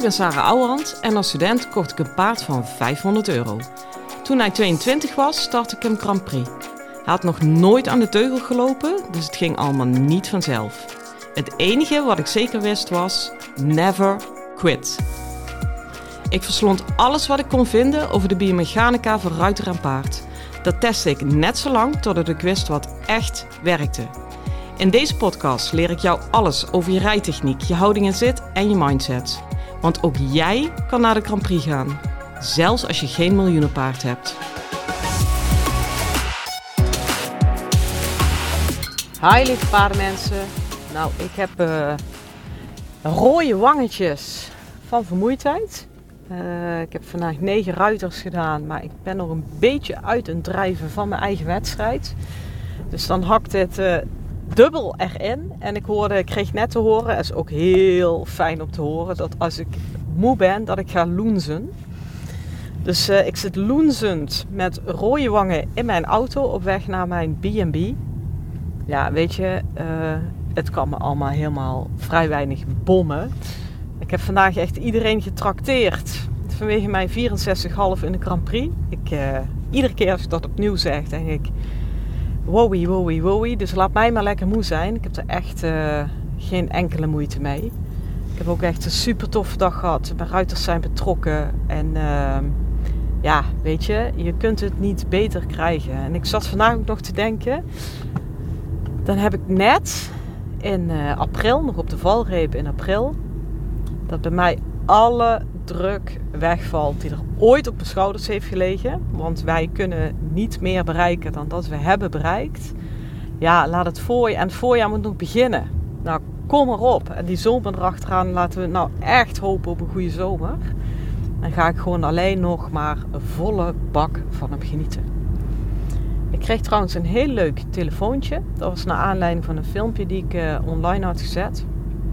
ben Sarah Ouwehand en als student kocht ik een paard van €500. Toen hij 22 was, startte ik hem Grand Prix. Hij had nog nooit aan de teugel gelopen, dus het ging allemaal niet vanzelf. Het enige wat ik zeker wist was, never quit. Ik verslond alles wat ik kon vinden over de biomechanica van ruiter en paard. Dat testte ik net zo lang totdat ik wist wat echt werkte. In deze podcast leer ik jou alles over je rijtechniek, je houding en zit en je mindset. Want ook jij kan naar de Grand Prix gaan, zelfs als je geen miljoenenpaard hebt. Hi lieve paardenmensen. Nou, ik heb rode wangetjes van vermoeidheid. Ik heb vandaag 9 ruiters gedaan, maar ik ben nog een beetje uit het drijven van mijn eigen wedstrijd. Dus dan hakt het dubbel erin. En ik kreeg net te horen, dat is ook heel fijn om te horen, dat als ik moe ben, dat ik ga loenzen. Dus ik zit loenzend met rode wangen in mijn auto op weg naar mijn B&B. Ja, weet je, het kan me allemaal helemaal vrij weinig bommen. Ik heb vandaag echt iedereen getrakteerd vanwege mijn 64,5 in de Grand Prix. Iedere keer als ik dat opnieuw zeg, denk ik, wowie. Dus laat mij maar lekker moe zijn. Ik heb er echt geen enkele moeite mee. Ik heb ook echt een super toffe dag gehad. Mijn ruiters zijn betrokken. En ja, weet je kunt het niet beter krijgen. En ik zat vandaag ook nog te denken. Dan heb ik net in april, nog op de valreep in april, dat bij mij alle druk wegvalt die er ooit op mijn schouders heeft gelegen. Want wij kunnen niet meer bereiken dan dat we hebben bereikt. Ja, laat het voorjaar. En het voorjaar moet nog beginnen. Nou, kom erop. En die zomer erachteraan, laten we nou echt hopen op een goede zomer. Dan ga ik gewoon alleen nog maar een volle bak van hem genieten. Ik kreeg trouwens een heel leuk telefoontje. Dat was naar aanleiding van een filmpje die ik online had gezet.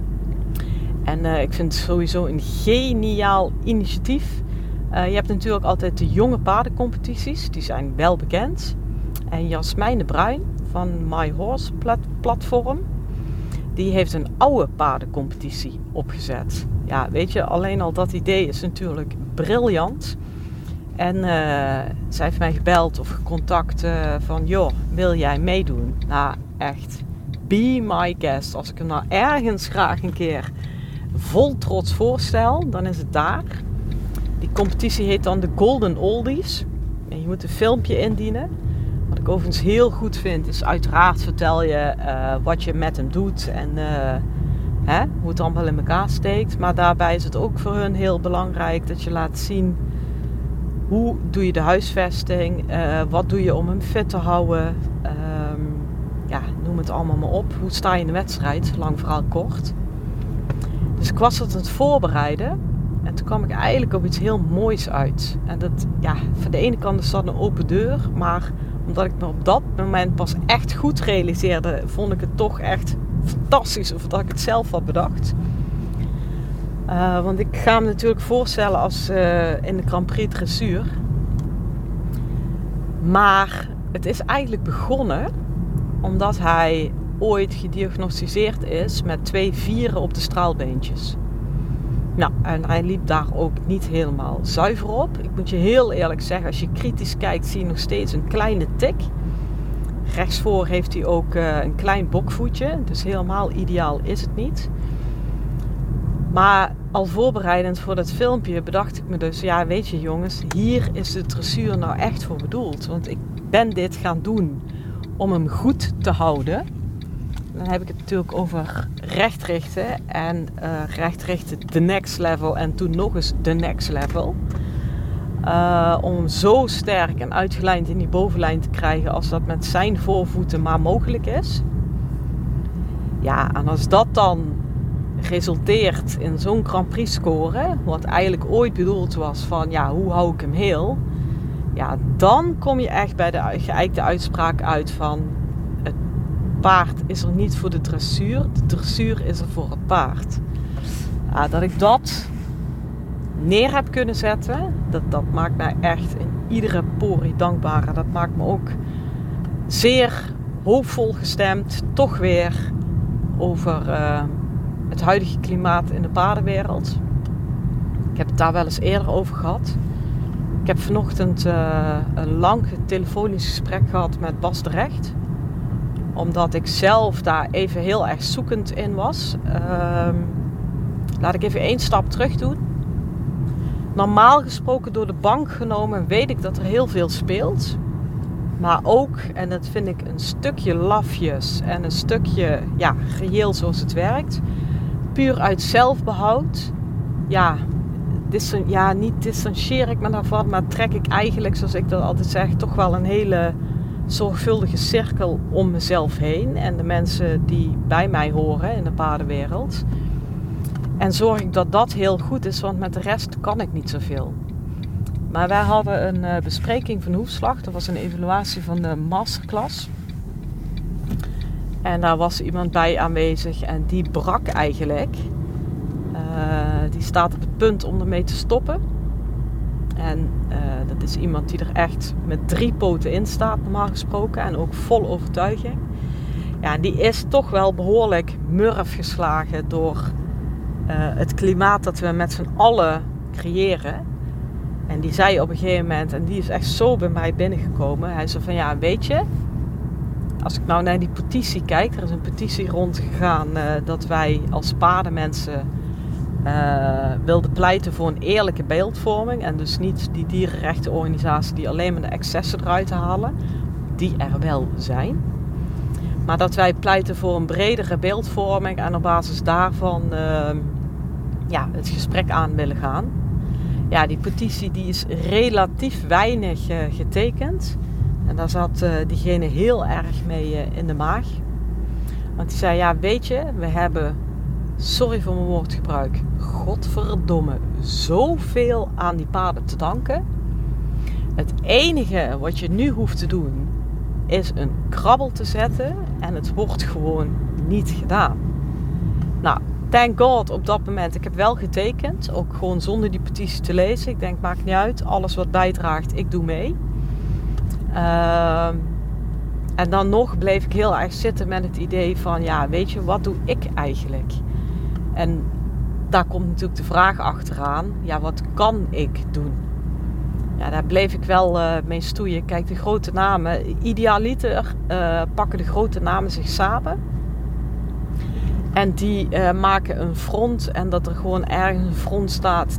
En ik vind het sowieso een geniaal initiatief. Je hebt natuurlijk altijd de jonge paardencompetities. Die zijn wel bekend. En Jasmijn de Bruin van My Horse platform. Die heeft een oude paardencompetitie opgezet. Ja, weet je, alleen al dat idee is natuurlijk briljant. En zij heeft mij gebeld of gecontact van, joh, wil jij meedoen? Nou, echt, be my guest. Als ik hem nou ergens graag een keer vol trots voorstel, dan is het daar. Die competitie heet dan de Golden Oldies. En je moet een filmpje indienen. Wat ik overigens heel goed vind, is uiteraard vertel je wat je met hem doet en hoe het allemaal in elkaar steekt. Maar daarbij is het ook voor hun heel belangrijk dat je laat zien hoe doe je de huisvesting, wat doe je om hem fit te houden. Noem het allemaal maar op. Hoe sta je in de wedstrijd, lang verhaal kort. Dus ik was het aan het voorbereiden en toen kwam ik eigenlijk op iets heel moois uit. En dat, ja, van de ene kant is dat een open deur, maar omdat ik me op dat moment pas echt goed realiseerde, vond ik het toch echt fantastisch of dat ik het zelf had bedacht. Want ik ga hem natuurlijk voorstellen als in de Grand Prix dressuur. Maar het is eigenlijk begonnen omdat hij ooit gediagnosticeerd is met 2 vieren op de straalbeentjes. Nou, en hij liep daar ook niet helemaal zuiver op. Ik moet je heel eerlijk zeggen, als je kritisch kijkt, zie je nog steeds een kleine tik. Rechtsvoor heeft hij ook een klein bokvoetje, dus helemaal ideaal is het niet. Maar al voorbereidend voor dat filmpje bedacht ik me dus, ja weet je jongens, hier is de dressuur nou echt voor bedoeld. Want ik ben dit gaan doen om hem goed te houden. Dan heb ik het natuurlijk over rechtrichten en rechtrichten the next level en toen nog eens the next level. Om hem zo sterk en uitgelijnd in die bovenlijn te krijgen als dat met zijn voorvoeten maar mogelijk is. Ja, en als dat dan resulteert in zo'n Grand Prix score, wat eigenlijk ooit bedoeld was van, ja, hoe hou ik hem heel? Ja, dan kom je echt bij de geëikte uitspraak uit van, het paard is er niet voor de dressuur is er voor het paard. Ja, dat ik dat neer heb kunnen zetten, dat maakt mij echt in iedere porie dankbaar. En dat maakt me ook zeer hoopvol gestemd, toch weer over het huidige klimaat in de paardenwereld. Ik heb het daar wel eens eerder over gehad. Ik heb vanochtend een lang telefonisch gesprek gehad met Bas de Recht. Omdat ik zelf daar even heel erg zoekend in was. Laat ik even 1 stap terug doen. Normaal gesproken door de bank genomen weet ik dat er heel veel speelt. Maar ook, en dat vind ik een stukje lafjes en een stukje reëel zoals het werkt. Puur uit zelfbehoud. Niet distancieer ik me daarvan, maar trek ik eigenlijk, zoals ik dat altijd zeg, toch wel een hele zorgvuldige cirkel om mezelf heen. En de mensen die bij mij horen in de paardenwereld. En zorg ik dat dat heel goed is, want met de rest kan ik niet zoveel. Maar wij hadden een bespreking van Hoefslag. Dat was een evaluatie van de masterclass. En daar was iemand bij aanwezig en die brak eigenlijk. Die staat op het punt om ermee te stoppen. En dat is iemand die er echt met 3 poten in staat, normaal gesproken. En ook vol overtuiging. Ja, die is toch wel behoorlijk murf geslagen door het klimaat dat we met z'n allen creëren. En die zei op een gegeven moment, en die is echt zo bij mij binnengekomen. Hij zei van weet je, als ik nou naar die petitie kijk. Er is een petitie rondgegaan dat wij als paardenmensen wilden pleiten voor een eerlijke beeldvorming. En dus niet die dierenrechtenorganisatie die alleen maar de excessen eruit halen. Die er wel zijn. Maar dat wij pleiten voor een bredere beeldvorming en op basis daarvan het gesprek aan willen gaan. Ja, die petitie die is relatief weinig getekend. En daar zat diegene heel erg mee in de maag. Want die zei, weet je, we hebben, sorry voor mijn woordgebruik, godverdomme, zoveel aan die paarden te danken. Het enige wat je nu hoeft te doen, is een krabbel te zetten en het wordt gewoon niet gedaan. Nou, thank God op dat moment. Ik heb wel getekend, ook gewoon zonder die petitie te lezen. Ik denk, maakt niet uit, alles wat bijdraagt, ik doe mee. En dan nog bleef ik heel erg zitten met het idee van, weet je, wat doe ik eigenlijk? En daar komt natuurlijk de vraag achteraan, wat kan ik doen? Ja, daar bleef ik wel mee stoeien. Kijk, de grote namen, idealiter pakken de grote namen zich samen. En die maken een front en dat er gewoon ergens een front staat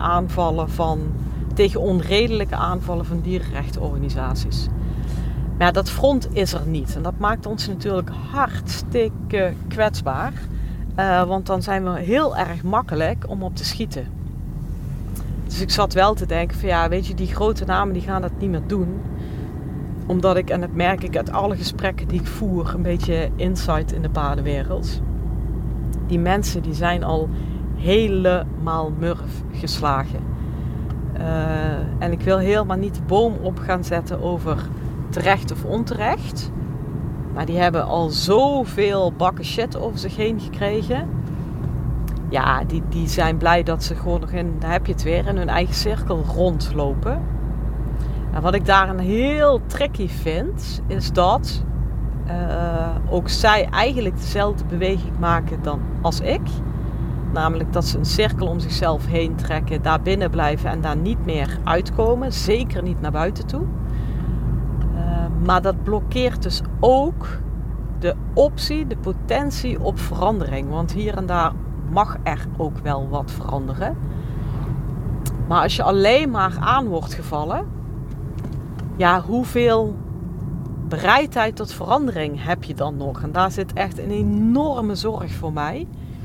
tegen onredelijke aanvallen van dierenrechtenorganisaties. Maar dat front is er niet. En dat maakt ons natuurlijk hartstikke kwetsbaar. Want dan zijn we heel erg makkelijk om op te schieten. Dus ik zat wel te denken van weet je, die grote namen die gaan dat niet meer doen. Omdat ik, en dat merk ik uit alle gesprekken die ik voer, een beetje insight in de paardenwereld. Die mensen die zijn al helemaal murf geslagen. En ik wil helemaal niet de boom op gaan zetten over terecht of onterecht. Maar die hebben al zoveel bakken shit over zich heen gekregen. Ja, die zijn blij dat ze gewoon nog daar heb je het weer, in hun eigen cirkel rondlopen. En wat ik daarin heel tricky vind, is dat ook zij eigenlijk dezelfde beweging maken dan als ik. Namelijk dat ze een cirkel om zichzelf heen trekken, daar binnen blijven en daar niet meer uitkomen. Zeker niet naar buiten toe. Maar dat blokkeert dus ook de optie, de potentie op verandering. Want hier en daar mag er ook wel wat veranderen. Maar als je alleen maar aan wordt gevallen, hoeveel bereidheid tot verandering heb je dan nog? En daar zit echt een enorme zorg voor mij.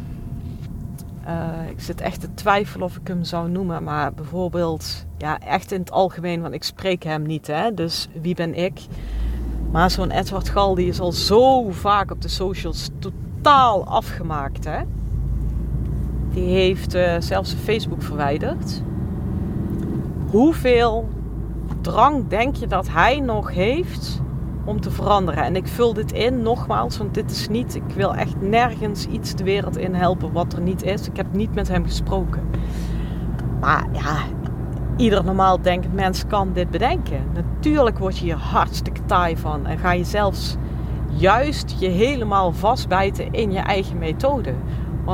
Ik zit echt te twijfelen of ik hem zou noemen. Maar bijvoorbeeld, echt in het algemeen, want ik spreek hem niet. Dus wie ben ik? Maar zo'n Edward Gal, die is al zo vaak op de socials totaal afgemaakt. Die heeft zelfs Facebook verwijderd. Hoeveel drang denk je dat hij nog heeft om te veranderen? En ik vul dit in, nogmaals, want dit is niet... Ik wil echt nergens iets de wereld in helpen wat er niet is. Ik heb niet met hem gesproken. Maar ieder normaal denkend mens kan dit bedenken. Natuurlijk word je hier hartstikke taai van. En ga je zelfs juist je helemaal vastbijten in je eigen methode. Want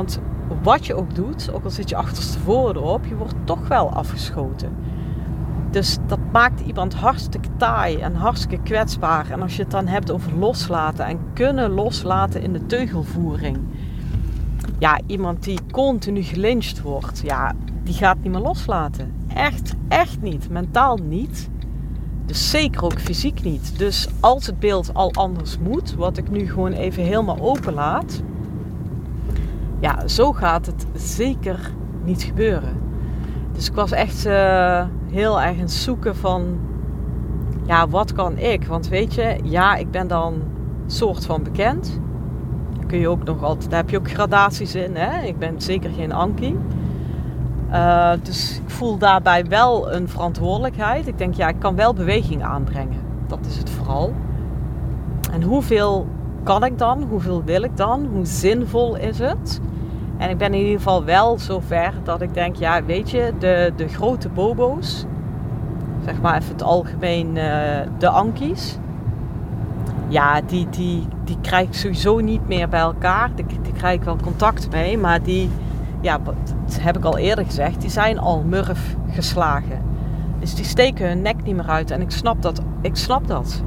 wat je ook doet, ook al zit je achterstevoren erop, je wordt toch wel afgeschoten. Dus dat maakt iemand hartstikke taai en hartstikke kwetsbaar. En als je het dan hebt over loslaten en kunnen loslaten in de teugelvoering. Ja, iemand die continu gelyncht wordt, ja, die gaat niet meer loslaten. Echt niet. Mentaal niet. Dus zeker ook fysiek niet. Dus als het beeld al anders moet, wat ik nu gewoon even helemaal open laat. Ja, zo gaat het zeker niet gebeuren. Dus ik was echt heel erg aan het zoeken van, ja, wat kan ik? Want weet je, ja, ik ben dan soort van bekend. Kun je ook nog altijd, daar heb je ook gradaties in, hè? Ik ben zeker geen Ankie. Dus ik voel daarbij wel een verantwoordelijkheid. Ik denk, ja, ik kan wel beweging aanbrengen. Dat is het vooral. En hoeveel kan ik dan? Hoeveel wil ik dan? Hoe zinvol is het? En ik ben in ieder geval wel zover dat ik denk, ja, weet je, de grote bobo's, zeg maar even het algemeen, de Ankies, ja, die krijg ik sowieso niet meer bij elkaar. Die krijg ik wel contact mee, maar die, ja, dat heb ik al eerder gezegd, die zijn al murf geslagen. Dus die steken hun nek niet meer uit en ik snap dat.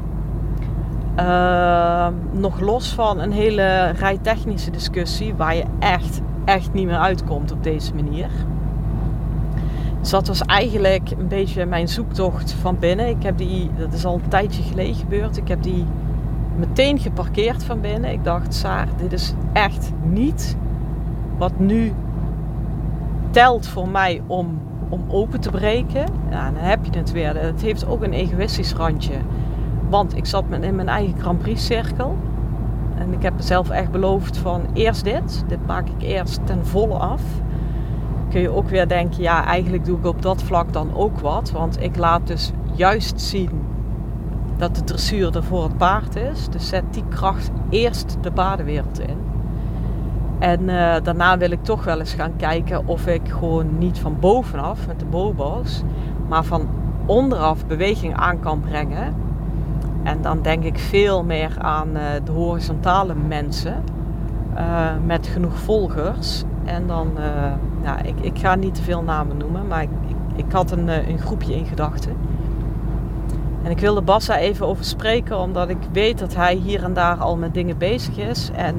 Nog los van een hele rij technische discussie waar je echt niet meer uitkomt op deze manier. Dus dat was eigenlijk een beetje mijn zoektocht van binnen. Dat is al een tijdje geleden gebeurd. Ik heb die meteen geparkeerd van binnen. Ik dacht, Saar, dit is echt niet wat nu telt voor mij om open te breken. Ja, dan heb je het weer. Het heeft ook een egoïstisch randje. Want ik zat in mijn eigen Grand Prix cirkel. En ik heb mezelf echt beloofd van eerst dit. Dit maak ik eerst ten volle af. Kun je ook weer denken, ja, eigenlijk doe ik op dat vlak dan ook wat. Want ik laat dus juist zien dat de dressuur er voor het paard is. Dus zet die kracht eerst de paardenwereld in. En daarna wil ik toch wel eens gaan kijken of ik gewoon niet van bovenaf met de bobo's, maar van onderaf beweging aan kan brengen. En dan denk ik veel meer aan de horizontale mensen met genoeg volgers. En dan, ik ga niet te veel namen noemen, maar ik had een groepje in gedachten. En ik wilde Bas daar even over spreken, omdat ik weet dat hij hier en daar al met dingen bezig is. En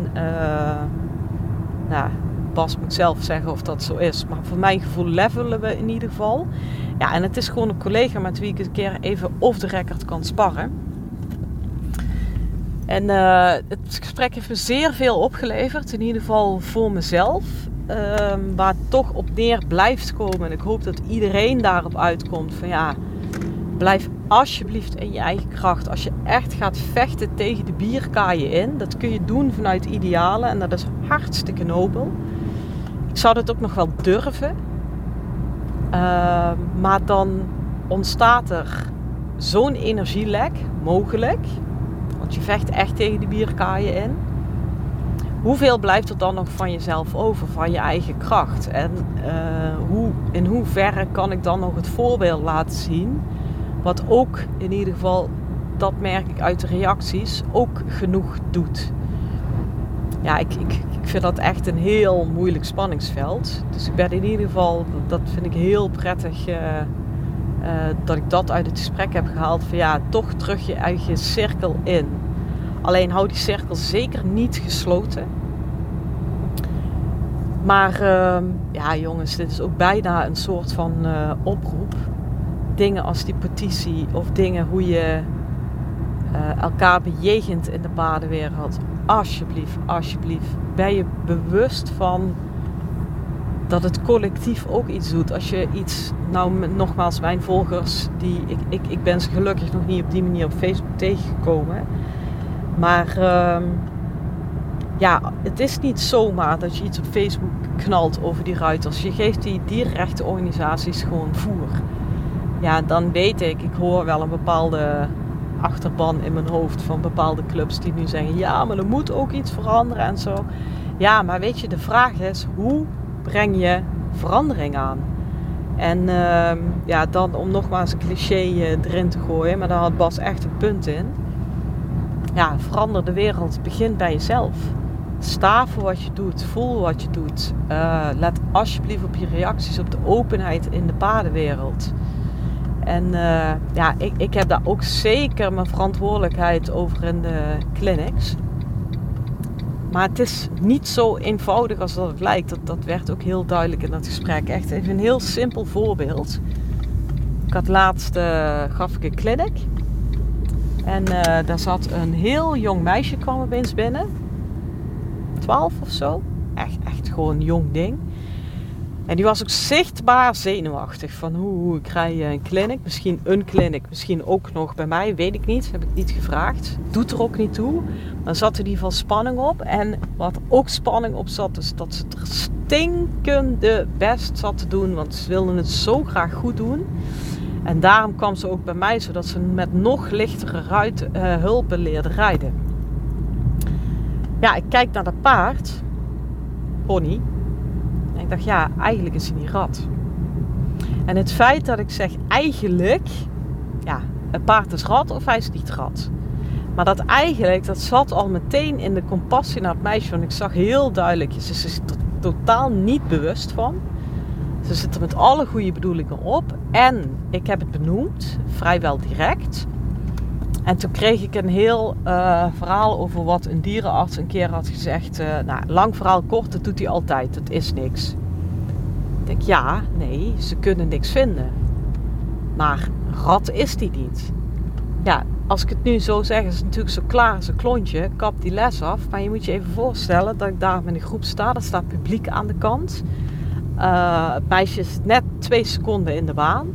Bas moet zelf zeggen of dat zo is. Maar voor mijn gevoel levelen we in ieder geval. Ja, en het is gewoon een collega met wie ik een keer even off the record kan sparren. En het gesprek heeft me zeer veel opgeleverd, in ieder geval voor mezelf. Waar het toch op neer blijft komen. En ik hoop dat iedereen daarop uitkomt van ja, blijf alsjeblieft in je eigen kracht. Als je echt gaat vechten tegen de bierkaaien in, dat kun je doen vanuit idealen en dat is hartstikke nobel. Ik zou dat ook nog wel durven. Maar dan ontstaat er zo'n energielek mogelijk. Want je vecht echt tegen die bierkaaien in. Hoeveel blijft er dan nog van jezelf over, van je eigen kracht? En in hoeverre kan ik dan nog het voorbeeld laten zien, wat ook in ieder geval, dat merk ik uit de reacties, ook genoeg doet. Ja, ik vind dat echt een heel moeilijk spanningsveld. Dus ik ben in ieder geval, dat vind ik heel prettig, dat ik dat uit het gesprek heb gehaald. Van ja, toch terug je eigen cirkel in. Alleen hou die cirkel zeker niet gesloten. Maar ja jongens, dit is ook bijna een soort van oproep. Dingen als die petitie of dingen hoe je elkaar bejegent in de paardenwereld. Alsjeblieft, ben je bewust van dat het collectief ook iets doet. Als je iets, nou nogmaals, mijn volgers, ik ben ze gelukkig nog niet op die manier op Facebook tegengekomen. Maar ja, het is niet zomaar dat je iets op Facebook knalt over die ruiters. Je geeft die dierenrechtenorganisaties gewoon voer. Ja, dan weet ik hoor wel een bepaalde achterban in mijn hoofd van bepaalde clubs die nu zeggen, ja, maar er moet ook iets veranderen en zo. Ja, maar weet je, de vraag is, hoe breng je verandering aan? En ja, dan om nogmaals een cliché erin te gooien, maar daar had Bas echt een punt in. Ja, verander de wereld, begin bij jezelf. sta voor wat je doet. Voel wat je doet. Let alsjeblieft op je reacties, op de openheid in de paardenwereld. En ik heb daar ook zeker mijn verantwoordelijkheid over in de clinics. Maar het is niet zo eenvoudig als dat het lijkt. Dat werd ook heel duidelijk in dat gesprek. Echt even een heel simpel voorbeeld. Ik had laatst gaf ik een clinic. En daar zat een heel jong meisje, kwam opeens binnen. 12 of zo. Echt gewoon een jong ding. En die was ook zichtbaar zenuwachtig. Van hoe krijg je een clinic? Misschien een clinic. Misschien ook nog bij mij. Weet ik niet. Heb ik niet gevraagd. Doet er ook niet toe. Dan zat er in ieder geval spanning op. En wat ook spanning op zat. Is dat ze het er stinkende best zat te doen. Want ze wilden het zo graag goed doen. En daarom kwam ze ook bij mij. Zodat ze met nog lichtere hulpen leerde rijden. Ja, ik kijk naar dat paard. Pony. En ik dacht, ja, eigenlijk is hij niet rad. En het feit dat ik zeg eigenlijk, ja, het paard is rad of hij is niet rad. Maar dat eigenlijk, dat zat al meteen in de compassie naar het meisje. Want ik zag heel duidelijk, ze is er totaal niet bewust van. Ze zit er met alle goede bedoelingen op. En ik heb het benoemd, vrijwel direct. En toen kreeg ik een heel verhaal over wat een dierenarts een keer had gezegd. Lang verhaal kort, dat doet hij altijd. Dat is niks. Ik denk, ja, nee, ze kunnen niks vinden. Maar rad is die niet. Ja, als ik het nu zo zeg, is het natuurlijk zo klaar als een klontje. Kap die les af. Maar je moet je even voorstellen dat ik daar met een groep sta. Er staat publiek aan de kant. Het meisje is net 2 seconden in de baan.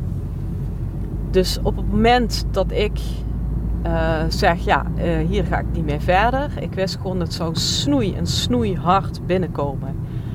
Dus op het moment dat ik zeg, hier ga ik niet meer verder. Ik wist gewoon, het zou snoeihard binnenkomen.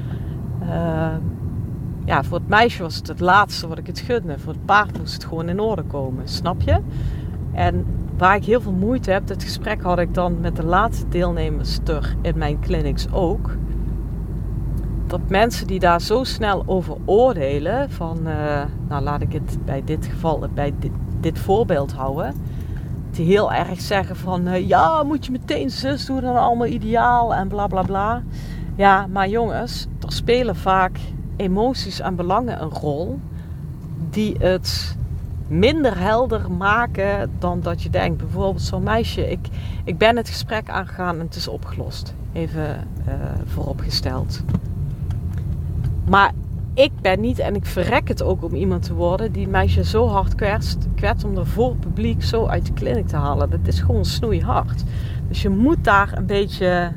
Voor het meisje was het laatste wat ik het gunde. Voor het paard moest het gewoon in orde komen, snap je? En waar ik heel veel moeite heb, dit gesprek had ik dan met de laatste deelnemers in mijn clinics ook. Dat mensen die daar zo snel over oordelen, van, laat ik het bij dit geval, bij dit voorbeeld houden. Die heel erg zeggen van, moet je meteen zus doen en allemaal ideaal en bla bla bla. Ja, maar jongens, er spelen vaak emoties en belangen een rol die het minder helder maken dan dat je denkt. Bijvoorbeeld zo'n meisje, ik ben het gesprek aangegaan en het is opgelost. Even vooropgesteld. Maar ik ben niet, en ik verrek het ook om iemand te worden die meisje zo hard kwetst om er voor het publiek zo uit de clinic te halen. Dat is gewoon snoeihard. Dus je moet daar een beetje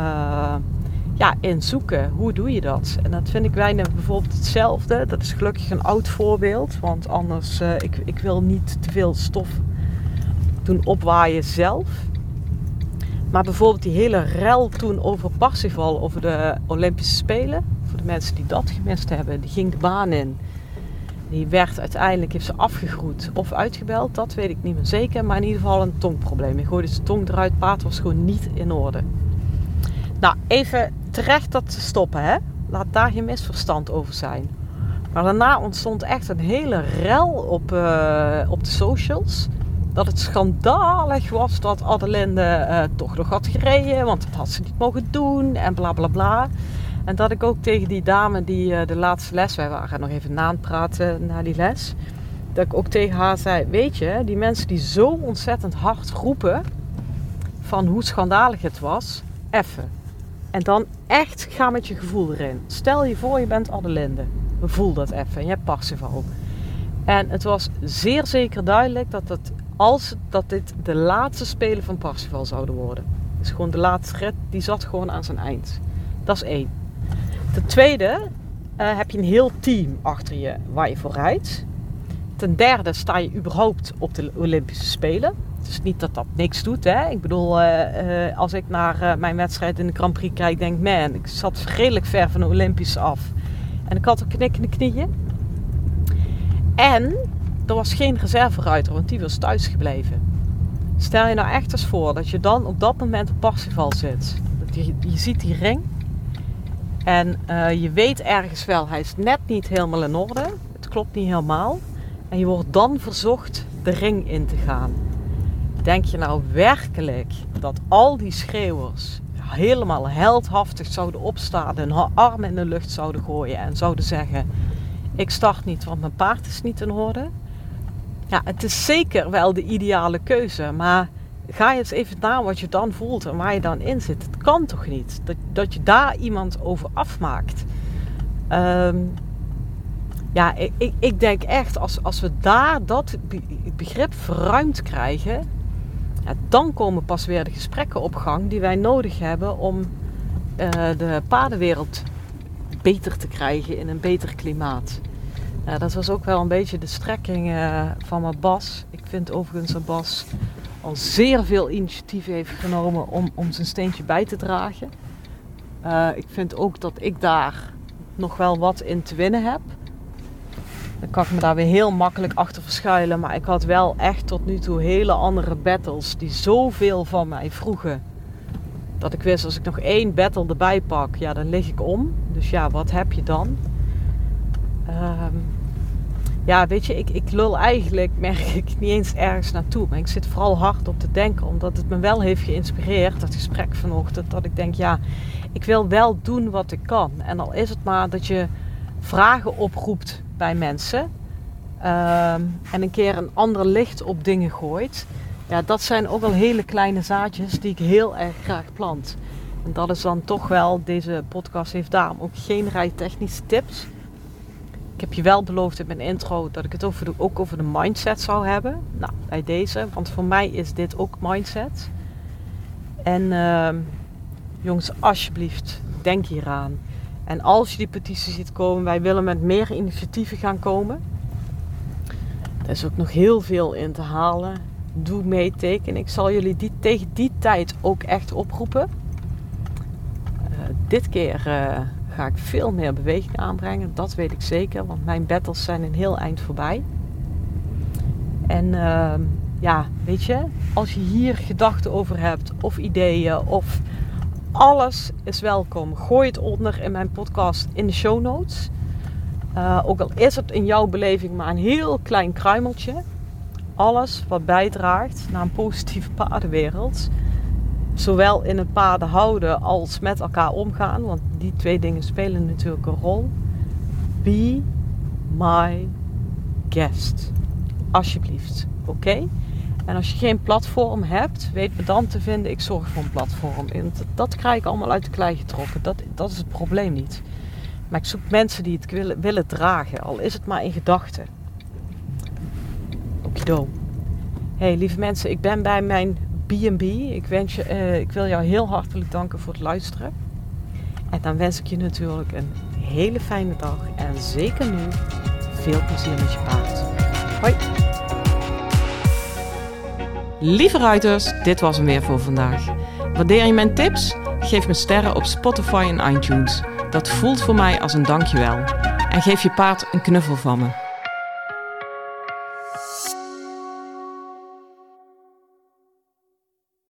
in zoeken. Hoe doe je dat? En dat vind ik bijna bijvoorbeeld hetzelfde. Dat is gelukkig een oud voorbeeld. Want anders, ik wil niet te veel stof doen opwaaien zelf. Maar bijvoorbeeld die hele rel toen over Parsifal, over de Olympische Spelen. Voor de mensen die dat gemist hebben, die ging de baan in. Die werd uiteindelijk, heeft ze afgegroet of uitgebeld, dat weet ik niet meer zeker. Maar in ieder geval een tongprobleem. Hij gooide zijn tong eruit, het paard was gewoon niet in orde. Nou, even terecht dat te stoppen, hè. Laat daar geen misverstand over zijn. Maar daarna ontstond echt een hele rel op de socials. Dat het schandalig was dat Adelinde toch nog had gereden. Want dat had ze niet mogen doen en bla bla bla. En dat ik ook tegen die dame die de laatste les, wij waren nog even na het praten na die les. Dat ik ook tegen haar zei, weet je, die mensen die zo ontzettend hard roepen van hoe schandalig het was, effen. En dan echt ga met je gevoel erin. Stel je voor je bent Adelinde. Voel dat even. Je hebt Parsifal. En het was zeer zeker duidelijk dat dit de laatste Spelen van Parsifal zouden worden. Dus gewoon de laatste rit, die zat gewoon aan zijn eind. Dat is 1. Ten tweede heb je een heel team achter je waar je voor rijdt. Ten derde sta je überhaupt op de Olympische Spelen. Het is niet dat dat niks doet. Hè? Ik bedoel, als ik naar mijn wedstrijd in de Grand Prix kijk, denk ik zat redelijk ver van de Olympische af. En ik had een knik in de knieën. En er was geen reserveruiter, want die was thuis gebleven. Stel je nou echt eens voor dat je dan op dat moment op Parsifal zit. Je ziet die ring. En je weet ergens wel, hij is net niet helemaal in orde. Het klopt niet helemaal. En je wordt dan verzocht de ring in te gaan. Denk je nou werkelijk dat al die schreeuwers helemaal heldhaftig zouden opstaan en hun armen in de lucht zouden gooien en zouden zeggen: ik start niet, want mijn paard is niet in orde. Ja, het is zeker wel de ideale keuze, maar ga je eens even na wat je dan voelt en waar je dan in zit. Het kan toch niet dat je daar iemand over afmaakt. Ik denk echt, als we daar dat begrip verruimd krijgen, ja, dan komen pas weer de gesprekken op gang die wij nodig hebben om de paardenwereld beter te krijgen in een beter klimaat. Dat was ook wel een beetje de strekking van mijn Bas. Ik vind overigens dat Bas al zeer veel initiatief heeft genomen om zijn steentje bij te dragen. Ik vind ook dat ik daar nog wel wat in te winnen heb. Dan kan ik me daar weer heel makkelijk achter verschuilen. Maar ik had wel echt tot nu toe hele andere battles die zoveel van mij vroegen. Dat ik wist, als ik nog 1 battle erbij pak, ja, dan lig ik om. Dus ja, wat heb je dan? Weet je, ik lul eigenlijk, merk ik, niet eens ergens naartoe. Maar ik zit vooral hard op te denken, omdat het me wel heeft geïnspireerd, dat gesprek vanochtend. Dat ik denk, ja, ik wil wel doen wat ik kan. En al is het maar dat je vragen oproept bij mensen. En een keer een ander licht op dingen gooit. Ja, dat zijn ook al hele kleine zaadjes die ik heel erg graag plant. En dat is dan toch wel, deze podcast heeft daarom ook geen rijtechnische tips. Ik heb je wel beloofd in mijn intro dat ik het ook over de mindset zou hebben. Nou, bij deze, want voor mij is dit ook mindset. En jongens, alsjeblieft, denk hieraan. En als je die petitie ziet komen, wij willen met meer initiatieven gaan komen. Er is ook nog heel veel in te halen. Doe mee, teken. Ik zal jullie tegen die tijd ook echt oproepen. Dit keer ga ik veel meer beweging aanbrengen. Dat weet ik zeker, want mijn battles zijn een heel eind voorbij. En weet je, als je hier gedachten over hebt of ideeën of alles is welkom. Gooi het onder in mijn podcast in de show notes. Ook al is het in jouw beleving maar een heel klein kruimeltje. Alles wat bijdraagt naar een positieve paardenwereld. Zowel in het paarden houden als met elkaar omgaan. Want die 2 dingen spelen natuurlijk een rol. Be my guest. Alsjeblieft. Oké? En als je geen platform hebt, weet me dan te vinden. Ik zorg voor een platform. En dat krijg ik allemaal uit de klei getrokken. Dat is het probleem niet. Maar ik zoek mensen die het willen dragen. Al is het maar in gedachten. Okido. Hey lieve mensen, ik ben bij mijn B&B. Ik wil jou heel hartelijk danken voor het luisteren. En dan wens ik je natuurlijk een hele fijne dag. En zeker nu veel plezier met je paard. Hoi! Lieve ruiters, dit was hem weer voor vandaag. Waardeer je mijn tips? Geef me sterren op Spotify en iTunes. Dat voelt voor mij als een dankjewel. En geef je paard een knuffel van me.